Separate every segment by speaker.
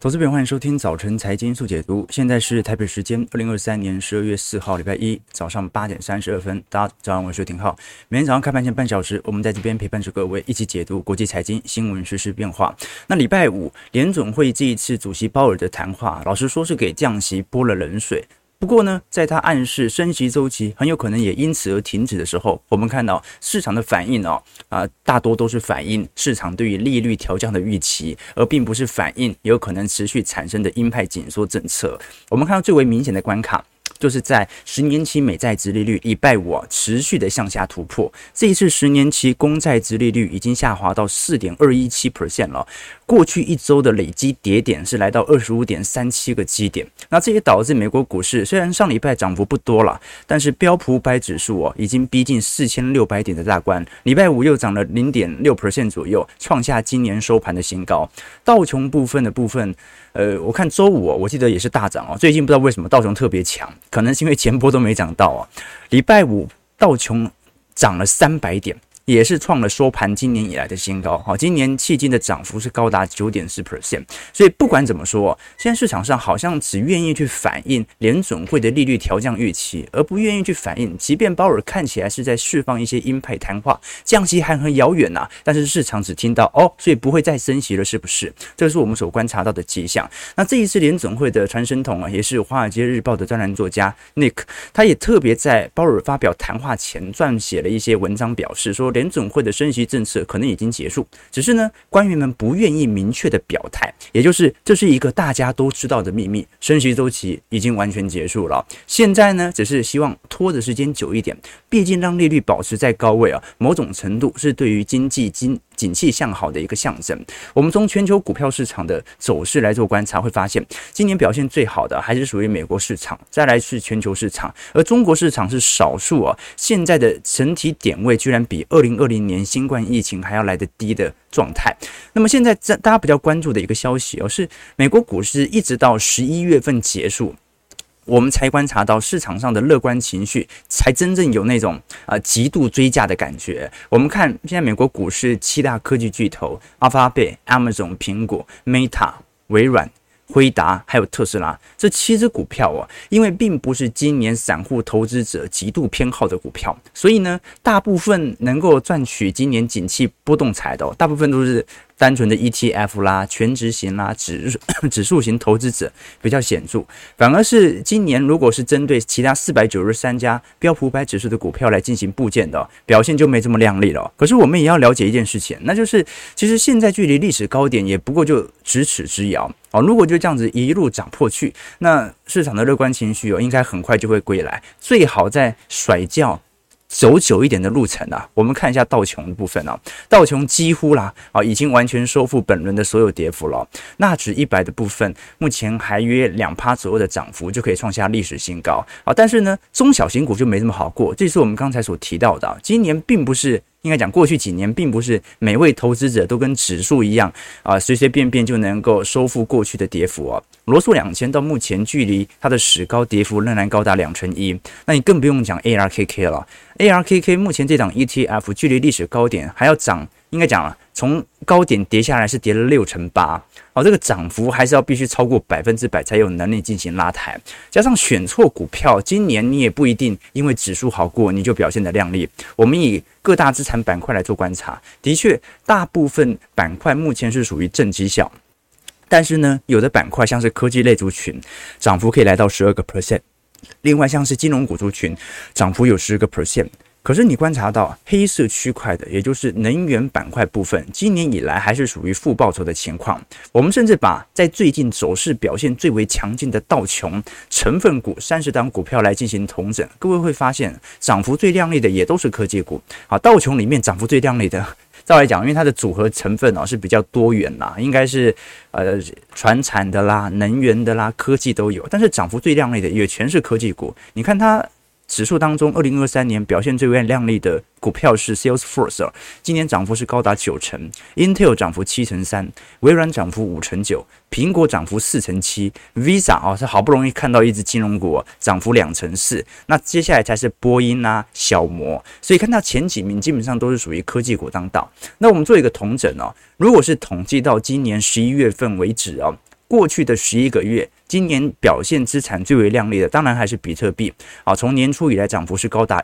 Speaker 1: 投资朋友，欢迎收听早晨财经速解读。现在是台北时间2023年12月4号礼拜一早上8点32分。大家早上好，我是廷浩。每天早上开盘前半小时，我们在这边陪伴着各位一起解读国际财经新闻、时事变化。那礼拜五联准会这一次主席鲍尔的谈话，老实说是给降息泼了冷水。不过呢，在他暗示升息周期很有可能也因此而停止的时候，我们看到市场的反应大多都是反映市场对于利率调降的预期，而并不是反映有可能持续产生的鹰派紧缩政策。我们看到最为明显的关卡，就是在10年期美债殖利率礼拜五持续的向下突破，这一次10年期公债殖利率已经下滑到 4.217% 了。过去一周的累积跌点是来到 25.37 个基点，那这也导致美国股市虽然上礼拜涨幅不多了，但是标普500指数已经逼近4600点的大关，礼拜五又涨了 0.6% 左右，创下今年收盘的新高。道琼部分，我看周五我记得也是大涨最近不知道为什么道琼特别强，可能是因为前波都没涨到礼拜五道琼涨了300点。也是创了收盘今年以来的新高。今年迄今的涨幅是高达 9.4%。所以不管怎么说，现在市场上好像只愿意去反映联准会的利率调降预期，而不愿意去反映，即便鲍尔看起来是在释放一些鹰派谈话，降息还很遥远但是市场只听到所以不会再升息了，是不是？这是我们所观察到的迹象。那这一次联准会的传声筒也是《华尔街日报》的专栏作家 Nick， 他也特别在鲍尔发表谈话前撰写了一些文章，表示说联准会的升息政策可能已经结束，只是呢，官员们不愿意明确的表态，也就是这是一个大家都知道的秘密，升息周期已经完全结束了。现在呢，只是希望拖的时间久一点，毕竟让利率保持在高位某种程度是对于经济景气向好的一个象征。我们从全球股票市场的走势来做观察，会发现今年表现最好的还是属于美国市场，再来是全球市场，而中国市场是少数现在的整体点位居然比2020年新冠疫情还要来得低的状态。那么现在大家比较关注的一个消息是美国股市一直到11月份结束，我们才观察到市场上的乐观情绪，才真正有那种极度追价的感觉。我们看现在美国股市7大科技巨头 Alphabet、Amazon、苹果、Meta、微软、辉达还有特斯拉这7只股票因为并不是今年散户投资者极度偏好的股票，所以呢，大部分能够赚取今年景气波动财的大部分都是单纯的 ETF 啦、全值型啦、指数型投资者比较显著，反而是今年如果是针对其他493家标普500指数的股票来进行布件的表现就没这么亮丽了。可是我们也要了解一件事情，那就是其实现在距离历史高点也不过就咫尺之遥如果就这样子一路涨破去，那市场的乐观情绪应该很快就会归来，最好在甩轿走久一点的路程我们看一下道琼的部分道琼几乎已经完全收复本轮的所有跌幅了。纳指100的部分目前还约 2% 左右的涨幅就可以创下历史新高但是呢，中小型股就没这么好过。这是我们刚才所提到的今年并不是，应该讲过去几年并不是每位投资者都跟指数一样随随便便就能够收复过去的跌幅罗素2000到目前距离它的史高跌幅仍然高达1%，那你更不用讲 ARKK 了。ARKK 目前这档 ETF 距离历史高点还要涨，应该讲从高点跌下来是跌了6%8%这个涨幅还是要必须超过100%才有能力进行拉抬。加上选错股票，今年你也不一定因为指数好过你就表现得亮丽。我们以各大资产板块来做观察，的确大部分板块目前是属于正绩效，但是呢，有的板块像是科技类族群涨幅可以来到 12%， 另外像是金融股族群涨幅有 10%。可是你观察到黑色区块的，也就是能源板块部分，今年以来还是属于负报酬的情况。我们甚至把在最近走势表现最为强劲的道琼成分股30档股票来进行统整，各位会发现涨幅最亮丽的也都是科技股。道琼里面涨幅最亮丽的，照来讲，因为它的组合成分是比较多元啦，应该是传产的啦、能源的啦、科技都有，但是涨幅最亮丽的也全是科技股。你看它指数当中2023年表现最为亮丽的股票是 Salesforce， 今年涨幅是高达9%， Intel 涨幅7%3%，微软涨幅5%9%，苹果涨幅4%7%， Visa 是好不容易看到一只金融股涨幅2%4%，那接下来才是波音小摩，所以看到前几名基本上都是属于科技股当道。那我们做一个统整如果是统计到今年11月份为止过去的11个月，今年表现资产最为亮丽的，当然还是比特币啊，从年初以来涨幅是高达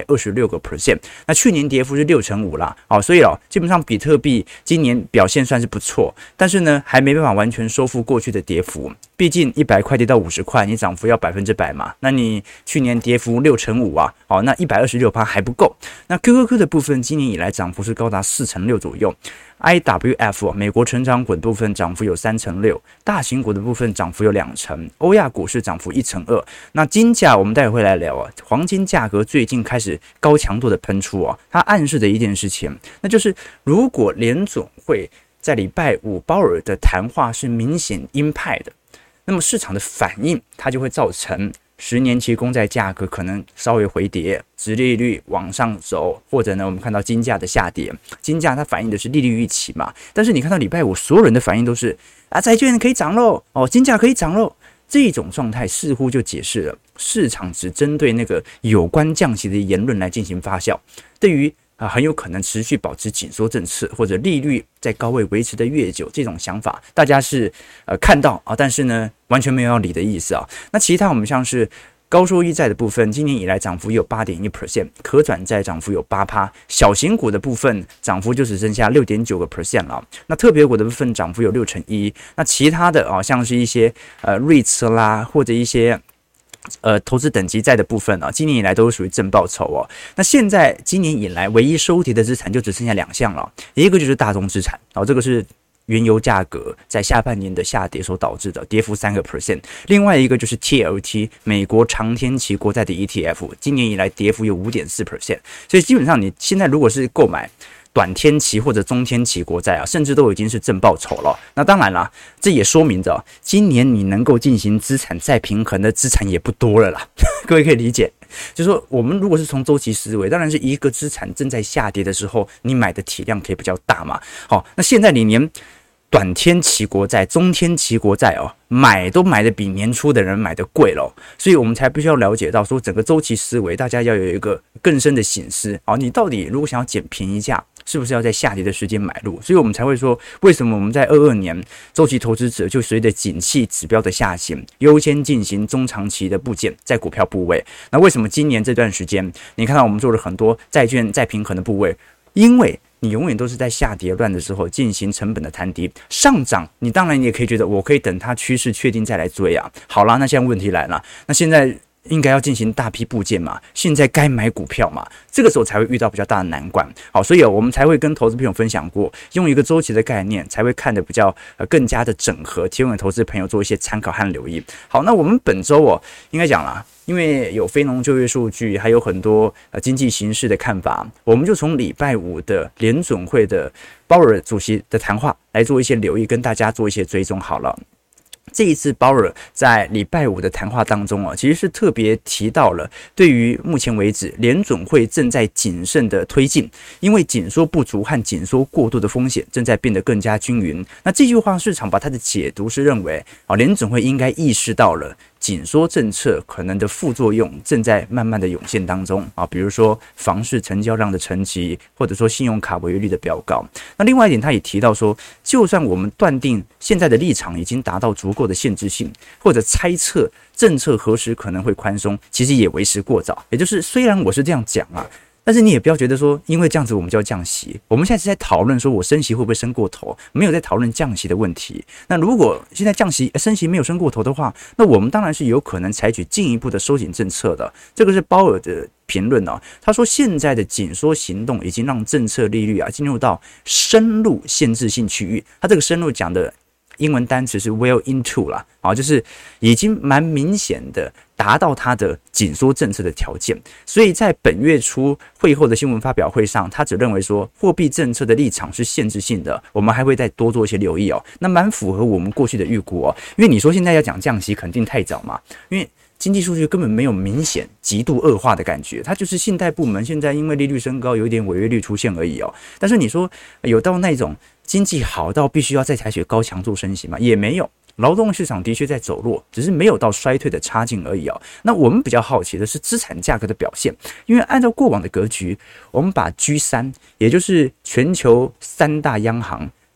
Speaker 1: 126%，那去年跌幅是6.5%啦，所以基本上比特币今年表现算是不错，但是呢，还没办法完全收复过去的跌幅，毕竟100块跌到50块，你涨幅要100%嘛，那你去年跌幅6.5%啊，那126%还不够。那 QQQ 的部分今年以来涨幅是高达4.6%左右。IWF 美国成长股的部分涨幅有3.6%，大型股的部分涨幅有2%，欧亚股市涨幅1.2%。那金价我们待会会来聊啊，黄金价格最近开始高强度的喷出啊，它暗示的一件事情，那就是如果联总会在礼拜五鲍尔的谈话是明显鹰派的，那么市场的反应它就会造成10年期公债价格可能稍微回跌，殖利率往上走，或者呢，我们看到金价的下跌。金价它反映的是利率预期嘛，但是你看到礼拜五所有人的反应都是债券可以涨咯，金价可以涨咯，这种状态似乎就解释了市场只针对那个有关降息的言论来进行发酵，对于很有可能持续保持紧缩政策或者利率在高位维持的越久这种想法，大家是看到啊，但是呢完全没有要理的意思啊。那其他我们像是高收益债的部分，今年以来涨幅有 8.1%， 可转债涨幅有 8%， 小型股的部分涨幅就只剩下 6.9% 了。那特别股的部分涨幅有 6.1%， 那其他的像是一些REITs 啦，或者一些投资等级债的部分今年以来都是属于正报酬哦。那现在今年以来唯一收跌的资产就只剩下2项了，一个就是大宗资产这个是原油价格在下半年的下跌所导致的跌幅3%，另外一个就是 TLT 美国长天期国债的 ETF， 今年以来跌幅有 5.4%， 所以基本上你现在如果是购买短天期或者中天期国债甚至都已经是正报酬了。那当然啦，这也说明着今年你能够进行资产再平衡的资产也不多了啦。各位可以理解，就是说我们如果是从周期思维，当然是一个资产正在下跌的时候，你买的体量可以比较大嘛。那现在你连短天期国债、中天期国债买都买的比年初的人买的贵了，所以我们才必须要了解到说整个周期思维，大家要有一个更深的省思你到底如果想要捡便宜价，是不是要在下跌的时间买入？所以我们才会说，为什么我们在22年周期投资者就随着景气指标的下行，优先进行中长期的部件在股票部位。那为什么今年这段时间，你看到我们做了很多债券再平衡的部位？因为你永远都是在下跌乱的时候进行成本的摊低，上涨你当然也可以觉得我可以等它趋势确定再来追啊。好啦，那现在问题来了，那现在应该要进行大批部件嘛，现在该买股票嘛，这个时候才会遇到比较大的难关。好，所以我们才会跟投资朋友分享过，用一个周期的概念才会看得比较更加的整合，提供给投资朋友做一些参考和留意。好，那我们本周应该讲啦，因为有非农就业数据，还有很多经济形势的看法，我们就从礼拜五的联准会的鲍尔主席的谈话来做一些留意，跟大家做一些追踪好了。这一次鲍尔在礼拜五的谈话当中其实是特别提到了对于目前为止联准会正在谨慎的推进，因为紧缩不足和紧缩过度的风险正在变得更加均匀。那这句话市场把它的解读是认为联准会应该意识到了紧缩政策可能的副作用正在慢慢的涌现当中比如说房市成交量的沉寂，或者说信用卡违约率的飙高。那另外一点他也提到说，就算我们断定现在的立场已经达到足够的限制性，或者猜测政策何时可能会宽松，其实也为时过早。也就是虽然我是这样讲但是你也不要觉得说因为这样子我们就要降息，我们现在是在讨论说我升息会不会升过头，没有在讨论降息的问题。那如果现在降息升息没有升过头的话，那我们当然是有可能采取进一步的收紧政策的。这个是鲍尔的评论他说现在的紧缩行动已经让政策利率进入到深入限制性区域，他这个深入讲的英文单词是 well into 啦就是已经蛮明显的达到它的紧缩政策的条件。所以在本月初会后的新闻发表会上，他只认为说货币政策的立场是限制性的，我们还会再多做一些留意那蛮符合我们过去的预估因为你说现在要讲降息肯定太早嘛，因为经济数据根本没有明显极度恶化的感觉，它就是信贷部门现在因为利率升高有一点违约率出现而已但是你说有到那种经济好到必须要再采取高强度升息吗？也没有。劳动市场的确在走弱，只是没有到衰退的差劲而已那我们比较好奇的是资产价格的表现，因为按照过往的格局，我们把 G3， 也就是全球3大央行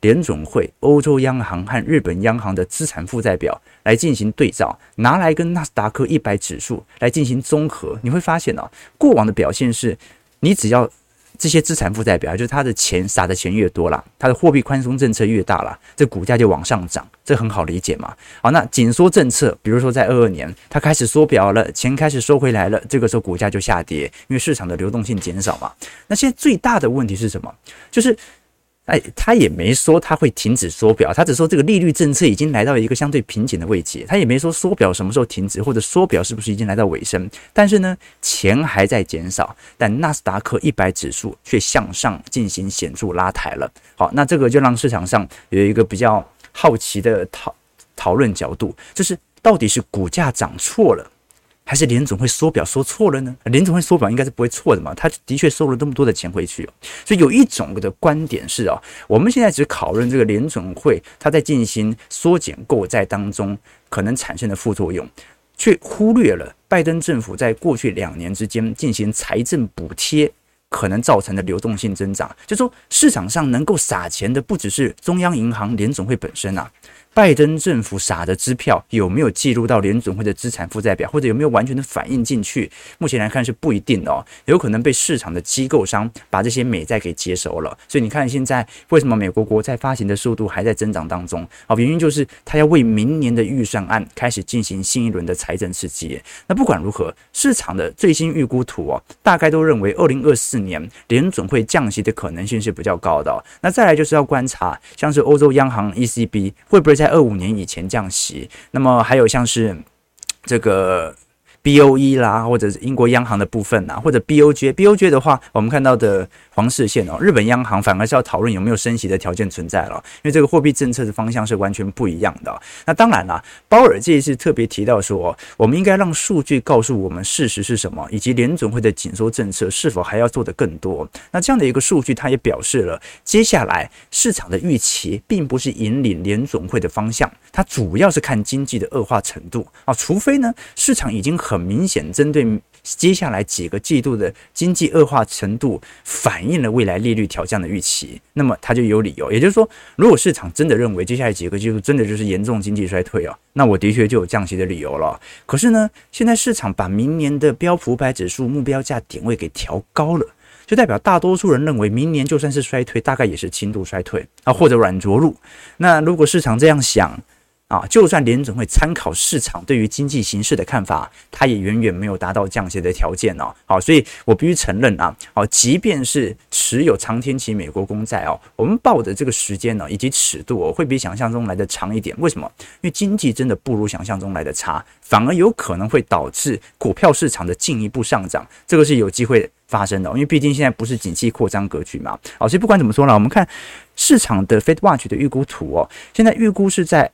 Speaker 1: 联准会、欧洲央行和日本央行的资产负债表来进行对照，拿来跟纳斯达克100指数来进行综合，你会发现过往的表现是，你只要这些资产负债表，就是他的钱撒的钱越多啦，他的货币宽松政策越大啦，这股价就往上涨，这很好理解嘛。好，那紧缩政策，比如说在22年，它开始缩表了，钱开始收回来了，这个时候股价就下跌，因为市场的流动性减少嘛。那现在最大的问题是什么？就是他也没说他会停止缩表，他只说这个利率政策已经来到一个相对瓶颈的位阶，他也没说缩表什么时候停止，或者缩表是不是已经来到尾声。但是呢，钱还在减少，但纳斯达克100指数却向上进行显著拉抬了。好，那这个就让市场上有一个比较好奇的讨论角度，就是到底是股价涨错了，还是联总会缩表缩错了呢？联总会缩表应该是不会错的嘛，他的确收了这么多的钱回去。所以有一种的观点是我们现在只讨论这个联总会他在进行缩减购债当中可能产生的副作用，却忽略了拜登政府在过去2年之间进行财政补贴可能造成的流动性增长。就是说市场上能够撒钱的不只是中央银行、联总会本身拜登政府撒的支票有没有记录到联准会的资产负债表，或者有没有完全的反映进去？目前来看是不一定的有可能被市场的机构商把这些美债给接收了。所以你看现在为什么美国国债发行的速度还在增长当中原因就是它要为明年的预算案开始进行新一轮的财政刺激。那不管如何，市场的最新预估图大概都认为2024年联准会降息的可能性是比较高的那再来就是要观察像是欧洲央行 ECB 会不会在25年以前降息，那么还有像是这个 BOE 啦，或者是英国央行的部分或者 BOJ 的话，我们看到的黄视线日本央行反而是要讨论有没有升息的条件存在了，因为这个货币政策的方向是完全不一样的那当然啦，鲍尔这一次特别提到说，我们应该让数据告诉我们事实是什么，以及联准会的紧缩政策是否还要做得更多。那这样的一个数据，它也表示了接下来市场的预期并不是引领联准会的方向，它主要是看经济的恶化程度除非呢市场已经很明显针对接下来几个季度的经济恶化程度反映了未来利率调降的预期，那么它就有理由。也就是说，如果市场真的认为接下来几个季度真的就是严重经济衰退那我的确就有降息的理由了。可是呢，现在市场把明年的标普500指数目标价点位给调高了，就代表大多数人认为明年就算是衰退，大概也是轻度衰退或者软着陆。那如果市场这样想就算联准会参考市场对于经济形势的看法，它也远远没有达到降息的条件所以我必须承认即便是持有长天期美国公债我们抱的这个时间以及尺度会比想象中来的长一点。为什么？因为经济真的不如想象中来的差，反而有可能会导致股票市场的进一步上涨，这个是有机会发生的因为毕竟现在不是景气扩张格局嘛所以不管怎么说我们看市场的 Fed Watch 的预估图现在预估是在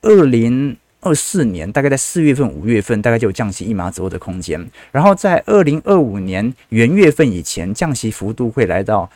Speaker 1: 2024年大概在4月份、5月份大概就有降息1码左右的空间，然后在2025年元月份以前降息幅度会来到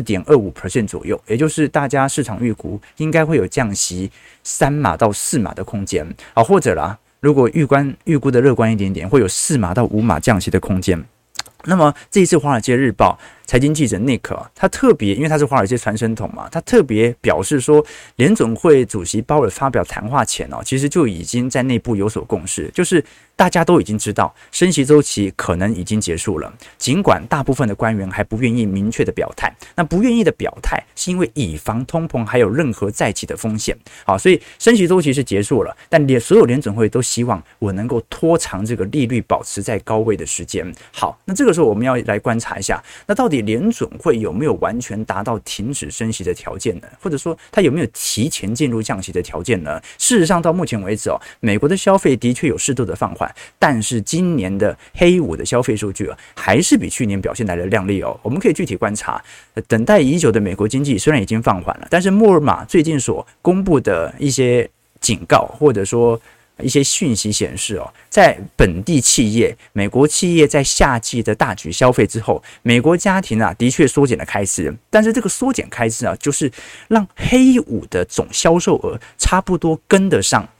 Speaker 1: 4.25% 左右，也就是大家市场预估应该会有降息3码到4码的空间或者啦，如果预估的乐观一点点，会有4码到5码降息的空间。那么这一次《华尔街日报》财经记者 Nick 他特别，因为他是华尔街传声筒嘛，他特别表示说，联准会主席鲍尔发表谈话前其实就已经在内部有所共识，就是大家都已经知道升息周期可能已经结束了，尽管大部分的官员还不愿意明确的表态，那不愿意的表态是因为以防通膨还有任何再起的风险。好，所以升息周期是结束了，但所有联准会都希望我能够拖长这个利率保持在高位的时间。好，那这个时候我们要来观察一下，那到底联准会有没有完全达到停止升息的条件呢？或者说它有没有提前进入降息的条件呢？事实上到目前为止美国的消费的确有适度的放缓，但是今年的黑五的消费数据还是比去年表现来的亮丽我们可以具体观察，等待已久的美国经济虽然已经放缓了，但是莫尔玛最近所公布的一些警告或者说一些讯息显示在本地企业，美国企业在夏季的大举消费之后，美国家庭的确缩减了开支，但是这个缩减开支就是让黑五的总销售额差不多跟得上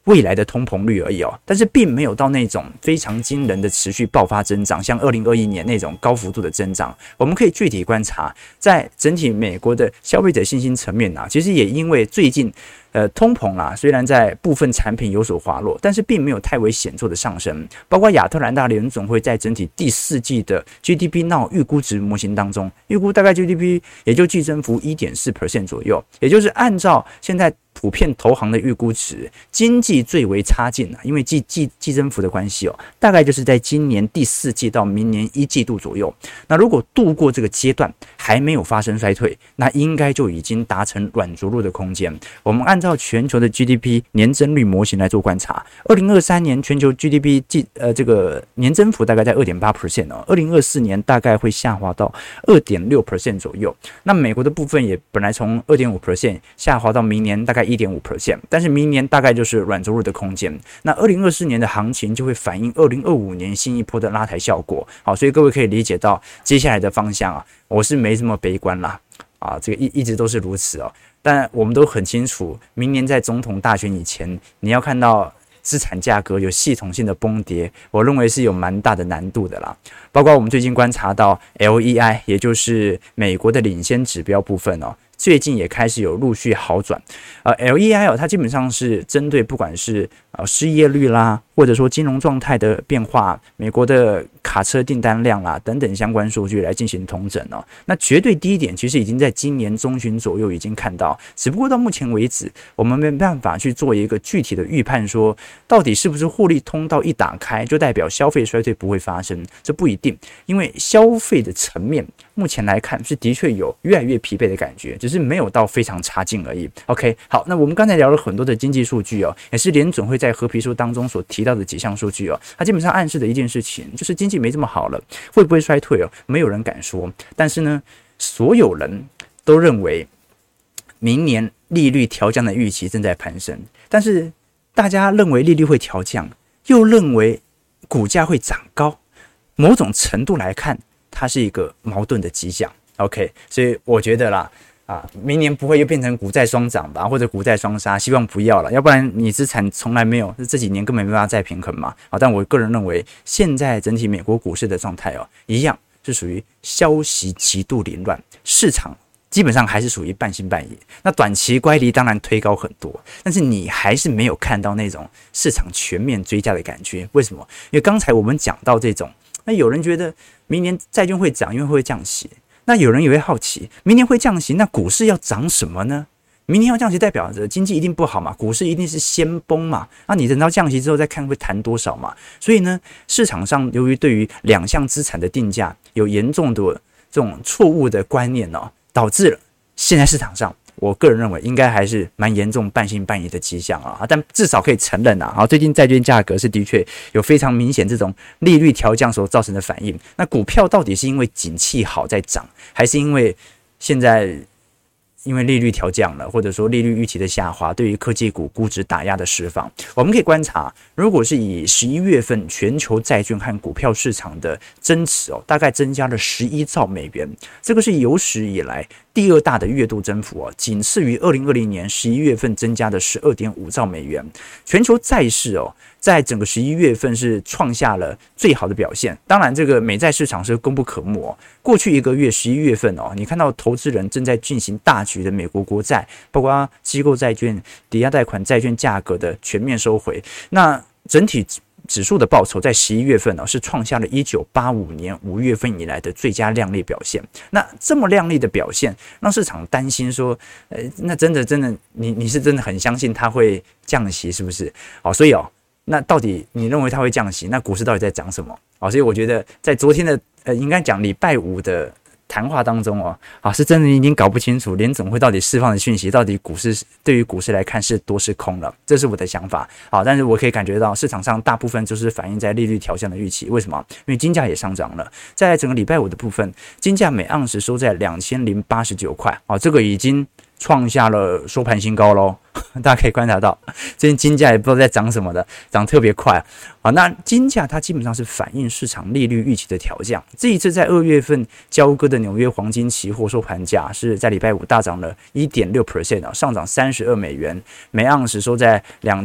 Speaker 1: 未来的通膨率而已哦，但是并没有到那种非常惊人的持续爆发增长，像2021年那种高幅度的增长。我们可以具体观察，在整体美国的消费者信心层面其实也因为最近通膨虽然在部分产品有所滑落，但是并没有太为显著的上升。包括亚特兰大联总会在整体第四季的 GDP Now 预估值模型当中，预估大概 GDP 也就季增幅 1.4% 左右，也就是按照现在普遍投行的预估值，经济最为差劲因为季增幅的关系大概就是在今年第四季到明年1季度左右。那如果度过这个阶段还没有发生衰退，那应该就已经达成软着陆的空间。我们按照全球的 GDP 年增率模型来做观察，2023年全球 GDP 这个年增幅大概在 2.8% 2024年大概会下滑到 2.6% 左右。那美国的部分也本来从 2.5% 下滑到明年大概 1.5%， 但是明年大概就是软着陆的空间。那2024年的行情就会反映2025年新一波的拉抬效果。好，所以各位可以理解到接下来的方向我是没这么悲观啦。这个一直都是如此但我们都很清楚，明年在总统大选以前，你要看到资产价格有系统性的崩跌，我认为是有蛮大的难度的啦。包括我们最近观察到 LEI， 也就是美国的领先指标部分最近也开始有陆续好转。LEI 它基本上是针对不管是失业率啦，或者说金融状态的变化，美国的卡车订单量啦等等相关数据来进行统整那绝对低点其实已经在今年中旬左右已经看到，只不过到目前为止，我们没办法去做一个具体的预判，说到底是不是获利通道一打开就代表消费衰退不会发生，这不一定，因为消费的层面目前来看是的确有越来越疲惫的感觉，只是没有到非常差劲而已。OK， 好，那我们刚才聊了很多的经济数据也是联准会在合皮书当中所提到的几项数据它基本上暗示的一件事情就是经济没这么好了，会不会衰退没有人敢说，但是呢，所有人都认为明年利率调降的预期正在攀升，但是大家认为利率会调降，又认为股价会涨高，某种程度来看，它是一个矛盾的迹象。OK， 所以我觉得啦，明年不会又变成股债双涨吧，或者股债双杀，希望不要了，要不然你资产从来没有，这几年根本没办法再平衡嘛。但我个人认为，现在整体美国股市的状态一样是属于消息极度凌乱，市场基本上还是属于半信半疑。那短期乖离当然推高很多，但是你还是没有看到那种市场全面追加的感觉。为什么？因为刚才我们讲到这种，那有人觉得明年债券会涨，因为会降息。那有人也会好奇，明年会降息，那股市要涨什么呢？明年要降息代表着经济一定不好嘛，股市一定是先崩嘛。那你等到降息之后再看会弹多少嘛。所以呢，市场上由于对于两项资产的定价有严重的这种错误的观念导致了现在市场上，我个人认为应该还是蛮严重半信半疑的迹象但至少可以承认最近债券价格是的确有非常明显这种利率调降所造成的反应。那股票到底是因为景气好在涨，还是因为现在因为利率调降了，或者说利率预期的下滑，对于科技股估值打压的释放？我们可以观察，如果是以11月份全球债券和股票市场的增持大概增加了11兆美元，这个是有史以来第二大的月度增幅仅次于2020年11月份增加的 12.5 兆美元。全球债市在整个11月份是创下了最好的表现。当然这个美债市场是功不可没过去一个月11月份你看到投资人正在进行大局的美国国债，包括机构债券、抵押贷款债券价格的全面收回。那整体指数的报酬在11月份是创下了1985年5月份以来的最佳亮丽表现。那这么亮丽的表现让市场担心说那真的你是真的很相信它会降息是不是？所以那到底你认为它会降息，那股市到底在涨什么？所以我觉得在昨天的应该讲礼拜五的谈话当中是真的已经搞不清楚联总会到底释放的讯息到底对于股市来看是多是空了，这是我的想法。但是我可以感觉到市场上大部分就是反映在利率调降的预期。为什么？因为金价也上涨了。在整个礼拜五的部分，金价每盎司收在2089块这个已经创下了收盘新高咯大家可以观察到，最近金价也不知道在涨什么的，涨特别快。好，那金价它基本上是反映市场利率预期的调降。这一次在2月份交割的纽约黄金期货收盘价是在礼拜五大涨了 1.6% 啊，上涨32美元，每盎司收在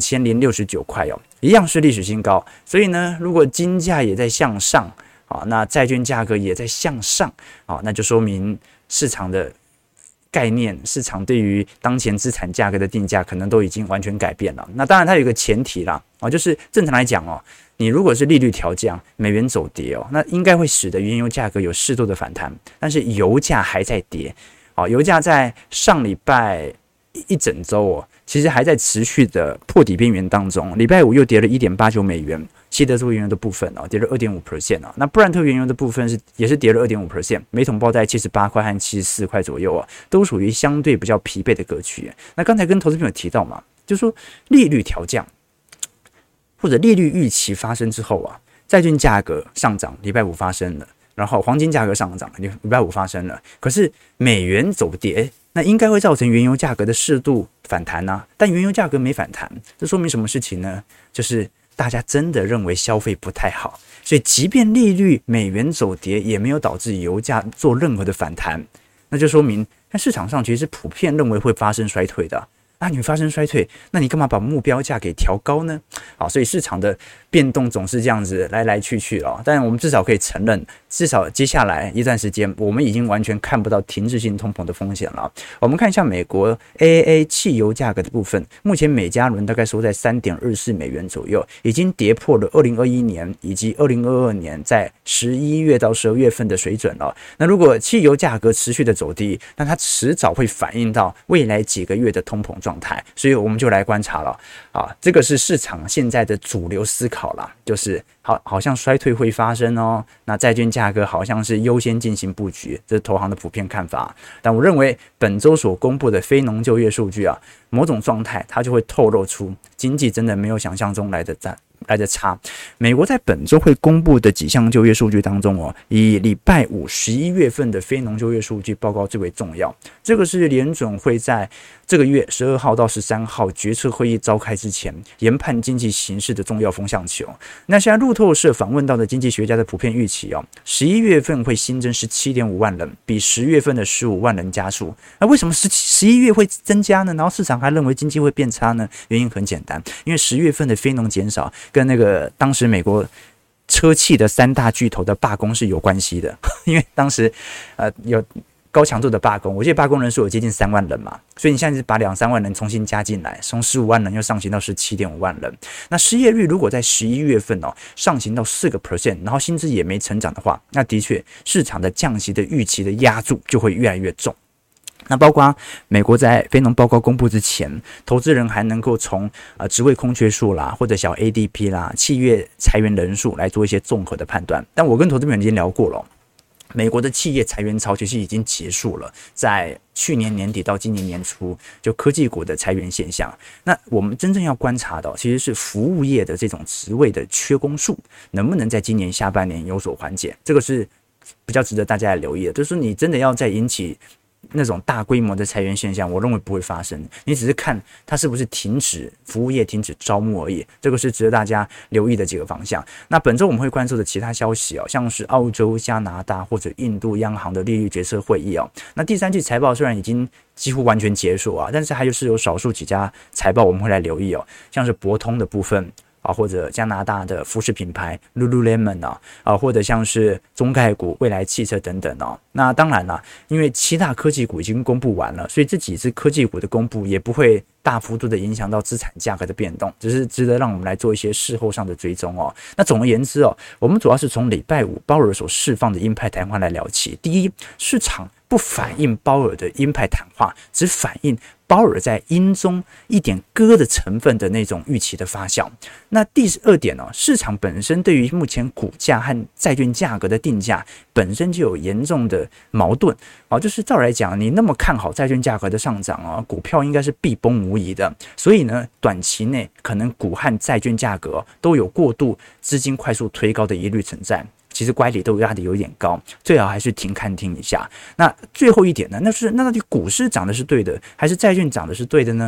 Speaker 1: 2069块哦，一样是历史新高。所以呢，如果金价也在向上，啊，那债券价格也在向上，啊，那就说明市场的概念，市场对于当前资产价格的定价可能都已经完全改变了。那当然它有一个前提啦，啊，就是正常来讲哦，你如果是利率调降，美元走跌哦，那应该会使得原油价格有适度的反弹。但是油价还在跌，啊，油价在上礼拜一整周哦，其实还在持续的破底边缘当中。礼拜五又跌了 1.89 美元，西德州原油的部分跌了 2.5% 啊，那布兰特原油的部分也是跌了 2.5%， 每桶报在78块和74块左右啊，都属于相对比较疲惫的格局。那刚才跟投资朋友提到嘛，就是说利率调降或者利率预期发生之后啊，债券价格上涨，礼拜五发生了，然后黄金价格上涨，礼拜五发生了，可是美元走跌，那应该会造成原油价格的适度反弹啊，但原油价格没反弹，这说明什么事情呢？就是大家真的认为消费不太好，所以即便利率美元走跌，也没有导致油价做任何的反弹，那就说明在市场上其实普遍认为会发生衰退的。啊，你发生衰退，那你干嘛把目标价给调高呢？好，所以市场的变动总是这样子来来去去了。但我们至少可以承认，至少接下来一段时间，我们已经完全看不到停滞性通膨的风险了。我们看一下美国 AAA 汽油价格的部分，目前每加仑大概收在 3.24 美元左右，已经跌破了2021年以及2022年在11月到12月份的水准了。那如果汽油价格持续的走低，那它迟早会反映到未来几个月的通膨状态，所以我们就来观察了啊，这个是市场现在的主流思考啦，就是好像衰退会发生哦，那债券价格好像是优先进行布局，这是投行的普遍看法。但我认为本周所公布的非农就业数据啊，某种状态它就会透露出经济真的没有想象中来的差。美国在本周会公布的几项就业数据当中哦，以礼拜五11月份的非农就业数据报告最为重要。这个是联准会在这个月12号到13号决策会议召开之前研判经济形势的重要风向球。那现在路透社访问到的经济学家的普遍预期哦，11月份会新增 17.5 万人，比10月份的15万人加速。那为什么11月会增加呢？然后市场还认为经济会变差呢？原因很简单，因为10月份的非农减少跟那个当时美国车企的3大巨头的罢工是有关系的，因为当时有高强度的罢工，我记得罢工人数有接近3万人嘛，所以你现在是把2-3万人重新加进来，从15万人又上行到 17.5 万人。那失业率如果在11月份上行到 4%， 然后薪资也没成长的话，那的确市场的降息的预期的压注就会越来越重。那包括美国在非农报告公布之前，投资人还能够从职位空缺数啦，或者小 ADP 啦，企业裁员人数来做一些综合的判断。但我跟投资人已经聊过了，美国的企业裁员潮其实已经结束了，在去年年底到今年年初，就科技股的裁员现象。那我们真正要观察到，其实是服务业的这种职位的缺工数能不能在今年下半年有所缓解，这个是比较值得大家来留意的。就是说你真的要再引起那种大规模的裁员现象，我认为不会发生。你只是看它是不是停止服务业停止招募而已，这个是值得大家留意的几个方向。那本周我们会关注的其他消息像是澳洲、加拿大或者印度央行的利率决策会议那第三季财报虽然已经几乎完全结束但是还是有少数几家财报我们会来留意像是博通的部分或者加拿大的服饰品牌 Lululemon 或者像是中概股蔚来汽车等等那当然了，因为7大科技股已经公布完了，所以这几只科技股的公布也不会大幅度的影响到资产价格的变动，只是值得让我们来做一些事后上的追踪那总而言之我们主要是从礼拜五鲍尔所释放的鹰派谈话来聊起。第一，市场不反映鲍尔的鹰派谈话，只反映鲍尔在鹰中一点鸽的成分的那种预期的发酵。那第二点市场本身对于目前股价和债券价格的定价本身就有严重的矛盾就是照来讲，你那么看好债券价格的上涨股票应该是必崩无疑的。所以呢，短期内可能股和债券价格都有过度资金快速推高的疑虑存在。其实乖离都压得有点高，最好还是停看听一下。那最后一点呢，那到底股市涨的是对的，还是债券涨的是对的呢？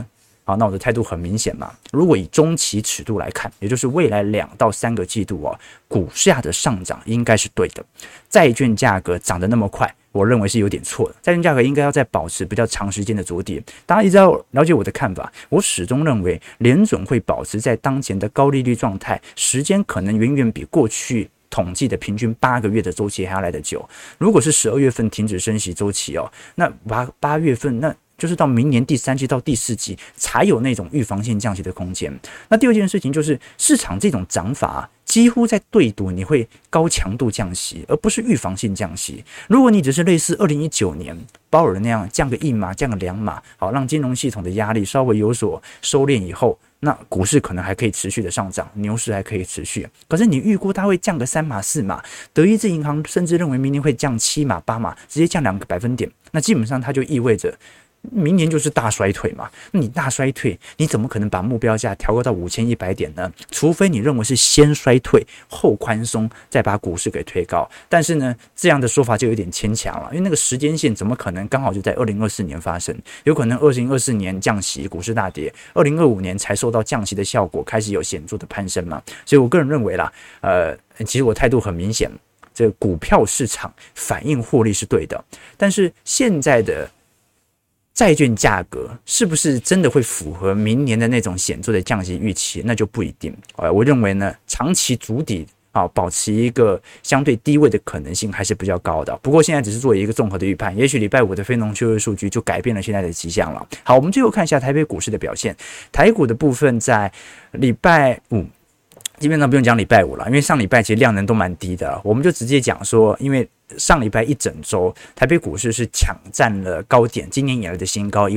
Speaker 1: 好，那我的态度很明显嘛。如果以中期尺度来看，也就是未来2到3个季度股价的上涨应该是对的。债券价格涨得那么快，我认为是有点错的。债券价格应该要再保持比较长时间的筑底。大家一直要了解我的看法，我始终认为联准会保持在当前的高利率状态，时间可能远远比过去统计的平均8个月的周期还要来得久。如果是12月份停止升息周期那8月份那就是到明年第3季到第4季才有那种预防性降息的空间。那第二件事情就是市场这种涨法几乎在对赌你会高强度降息，而不是预防性降息。如果你只是类似2019年鲍尔那样降个1码降个2码，好让金融系统的压力稍微有所收敛以后，那股市可能还可以持续的上涨，牛市还可以持续。可是你预估它会降个3码4码，德意志银行甚至认为明年会降7码8码，直接降2个百分点，那基本上它就意味着明年就是大衰退嘛。那你大衰退，你怎么可能把目标价调高到5100点呢？除非你认为是先衰退后宽松，再把股市给推高。但是呢，这样的说法就有点牵强了，因为那个时间线怎么可能刚好就在2024年发生？有可能2024年降息，股市大跌，2025年才受到降息的效果，开始有显著的攀升嘛。所以我个人认为啦，其实我态度很明显，这个股票市场反映获利是对的，但是现在的债券价格是不是真的会符合明年的那种显著的降息预期，那就不一定。我认为呢，长期筑底保持一个相对低位的可能性还是比较高的。不过现在只是做一个综合的预判，也许礼拜5的非农就业数据就改变了现在的迹象了。好，我们最后看一下台北股市的表现。台股的部分在礼拜5。基本上不用讲礼拜5了，因为上礼拜其实量能都蛮低的，我们就直接讲说，因为上礼拜一整周台北股市是抢占了高点，今年以来的新高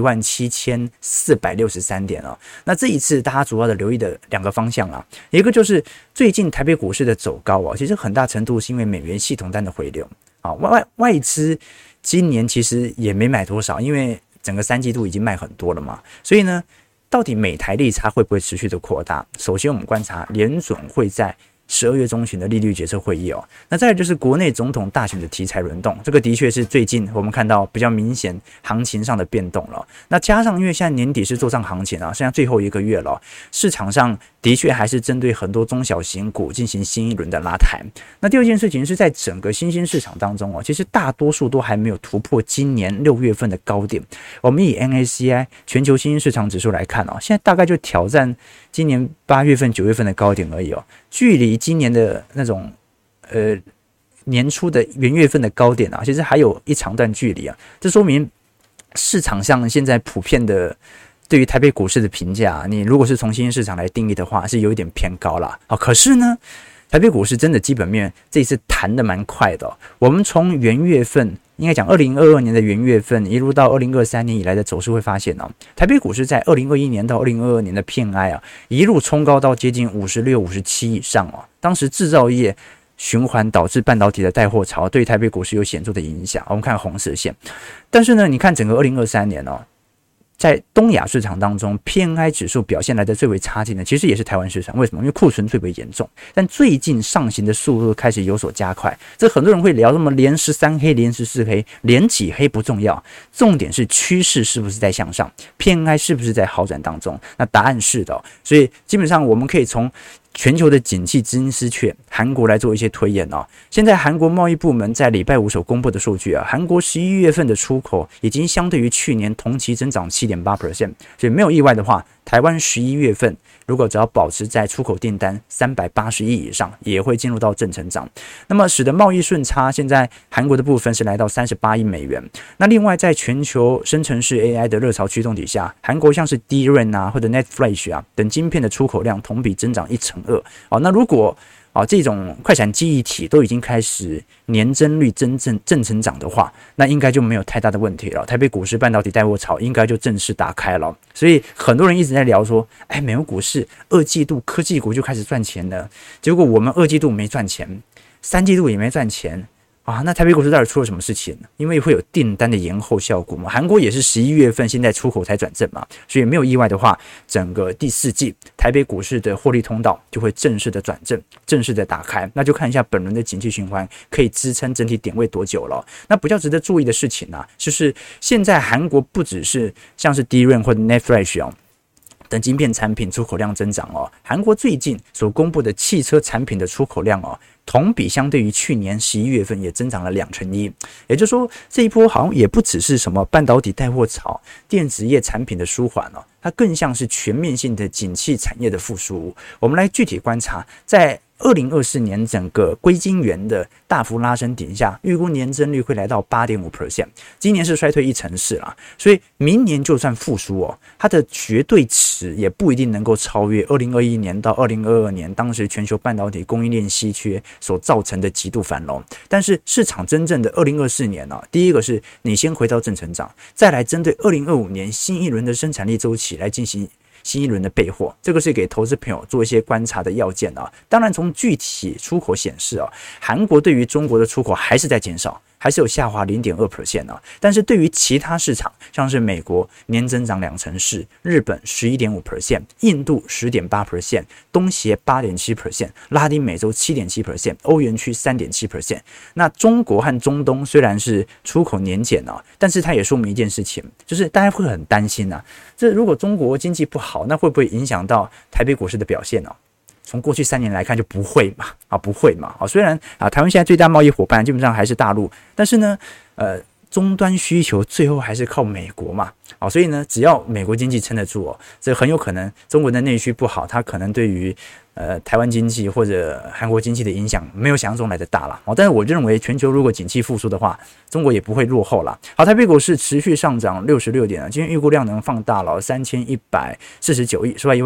Speaker 1: 17463点那这一次大家主要的留意的2个方向一个就是最近台北股市的走高其实很大程度是因为美元系统单的回流外资今年其实也没买多少，因为整个3季度已经卖很多了嘛，所以呢。到底美台利差会不会持续的扩大？首先，我们观察联准会在12月中旬的利率决策会议那再来就是国内总统大选的题材轮动，这个的确是最近我们看到比较明显行情上的变动了。那加上因为现在年底是做账行情剩下最后1个月了，市场上的确还是针对很多中小型股进行新一轮的拉抬。那第二件事情是在整个新兴市场当中其实大多数都还没有突破今年6月份的高点。我们以 NACI 全球新兴市场指数来看现在大概就挑战今年8月份9月份的高点而已距离今年的那种年初的元月份的高点其实还有一长段距离这说明市场上现在普遍的对于台北股市的评价，你如果是从新兴市场来定义的话，是有一点偏高啦可是呢，台北股市真的基本面这一次弹得蛮快的我们从元月份应该讲2022年的元月份一路到2023年以来的走势会发现台北股市在2021年到2022年的 PMI 一路冲高到接近56、57以上当时制造业循环导致半导体的带货潮对台北股市有显著的影响，我们看红色线。但是呢，你看整个2023年在东亚市场当中 PMI 指数表现来的最为差劲的其实也是台湾市场。为什么？因为库存最为严重，但最近上行的速度开始有所加快。这很多人会聊什么连13黑连14黑，连几黑不重要，重点是趋势是不是在向上， PMI 是不是在好转当中。那答案是的所以基本上我们可以从全球的景气资金失去韩国来做一些推演现在韩国贸易部门在礼拜5所公布的数据韩国11月份的出口已经相对于去年同期增长 7.8%， 所以没有意外的话，台湾11月份如果只要保持在出口订单380亿以上，也会进入到正成长。那么使得贸易顺差现在韩国的部分是来到38亿美元。那另外在全球生成式 AI 的热潮驱动底下，韩国像是 DRAM 或者 NAND Flash 等晶片的出口量同比增长1.2%。那如果这种快闪记忆体都已经开始年增率正成长的话，那应该就没有太大的问题了。台北股市半导体带货潮应该就正式打开了。所以很多人一直在聊说，美国股市2季度科技股就开始赚钱了，结果我们2季度没赚钱，3季度也没赚钱。那台北股市到底出了什么事情呢？因为会有订单的延后效果嘛。韩国也是11月份现在出口才转正嘛，所以没有意外的话，整个第4季台北股市的获利通道就会正式的转正，正式的打开。那就看一下本轮的景气循环可以支撑整体点位多久了。那比较值得注意的事情就是现在韩国不只是像是 DRAM 或者 NAND Flash 等晶片产品出口量增长哦。韩国最近所公布的汽车产品的出口量哦，同比相对于去年11月份也增长了1%，也就是说这一波好像也不只是什么半导体带货潮、电子业产品的舒缓哦，它更像是全面性的景气产业的复苏。我们来具体观察，在2024年整个硅晶圆的大幅拉升底下，预估年增率会来到 8.5%， 今年是衰退1%啦，所以明年就算复苏哦，它的绝对值也不一定能够超越2021年到2022年当时全球半导体供应链稀缺所造成的极度繁荣。但是市场真正的2024年啊，第一个是你先回到正成长，再来针对2025年新一轮的生产力周期来进行新一轮的备货，这个是给投资朋友做一些观察的要件啊。当然，从具体出口显示啊，韩国对于中国的出口还是在减少，还是有下滑 0.2% 啊。但是对于其他市场，像是美国年增长2%，日本 11.5%， 印度 10.8%， 东协 8.7%， 拉丁美洲 7.7%， 欧元区 3.7%。那中国和中东虽然是出口年减啊，但是它也说明一件事情，就是大家会很担心啊，这如果中国经济不好，那会不会影响到台北股市的表现呢？从过去3年来看就不会嘛，不会嘛，虽然台湾现在最大贸易伙伴基本上还是大陆，但是呢，终端需求最后还是靠美国嘛，所以呢，只要美国经济撑得住这很有可能中国的内需不好，它可能对于台湾经济或者韩国经济的影响没有想象中来的大啦。但是我认为全球如果景气复苏的话，中国也不会落后啦。好，台北股市持续上涨66点今天预估量能放大了3149亿，收在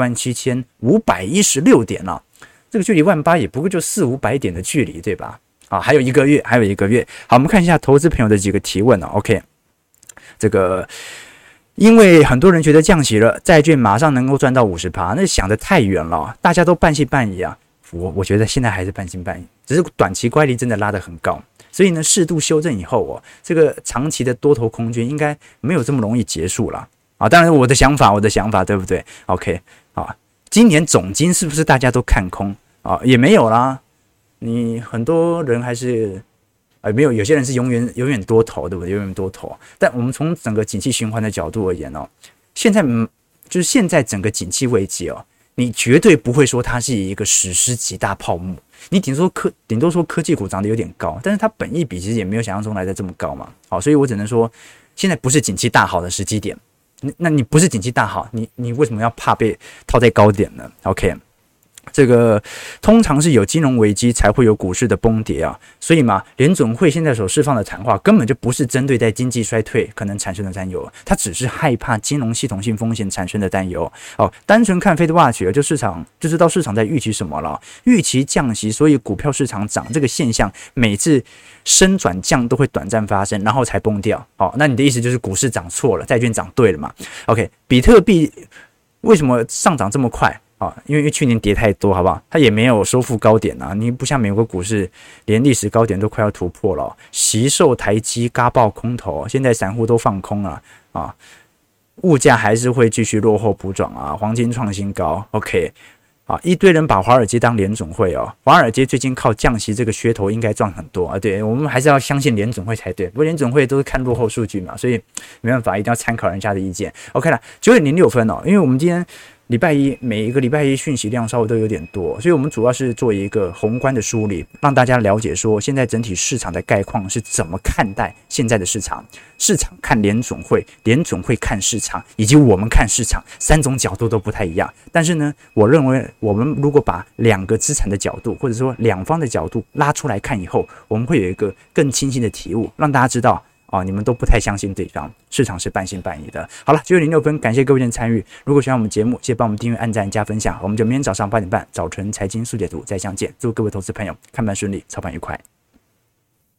Speaker 1: 17516点了。这个距离18000也不过就400-500点的距离，对吧？还有一个月。好，我们看一下投资朋友的几个提问OK， 这个因为很多人觉得降息了，债券马上能够赚到 50%， 那想得太远了，大家都半信半疑啊。我觉得现在还是半信半疑，只是短期乖离真的拉得很高，所以呢，适度修正以后这个长期的多头空间应该没有这么容易结束了当然我的想法对不对 ？OK 今年总金是不是大家都看空也没有啦。你很多人还是没有，有些人是永远多头，对不对？永远多头。但我们从整个景气循环的角度而言现在整个景气危机你绝对不会说它是一个史诗级大泡沫。你顶多说科技股涨得有点高，但是它本益比其实也没有想象中来的这么高嘛。所以我只能说，现在不是景气大好的时机点。那你不是景气大好，你为什么要怕被套在高点呢 ？OK。这个通常是有金融危机才会有股市的崩跌所以嘛，联准会现在所释放的谈话根本就不是针对在经济衰退可能产生的担忧，它只是害怕金融系统性风险产生的担忧单纯看 Fed Watch 就知道市场在预期什么了，预期降息，所以股票市场涨这个现象每次升转降都会短暂发生，然后才崩掉那你的意思就是股市涨错了，债券涨对了嘛 ？OK， 比特币为什么上涨这么快？因为去年跌太多，好不好？它也没有收复高点你不像美国股市，连历史高点都快要突破了惜售台积嘎爆空头，现在散户都放空了物价还是会继续落后补涨黄金创新高 ，OK。一堆人把华尔街当联准会华尔街最近靠降息这个噱头应该赚很多对，我们还是要相信联准会才对。不过联准会都是看落后数据嘛，所以没办法，一定要参考人家的意见。OK 了，9:06因为我们今天礼拜一每一个礼拜一讯息量稍微都有点多，所以我们主要是做一个宏观的梳理，让大家了解说现在整体市场的概况是怎么看待现在的市场。市场看联准会，联准会看市场，以及我们看市场，3种角度都不太一样。但是呢，我认为我们如果把2个资产的角度，或者说2方的角度拉出来看以后，我们会有一个更清晰的体悟，让大家知道你们都不太相信对方，市场是半信半疑的。好了，9:06，感谢各位的参与。如果喜欢我们节目，记得帮我们订阅、按赞、加分享。我们就明天早上8点半早晨财经速解读再相见。祝各位投资朋友看盘顺利，操盘愉快。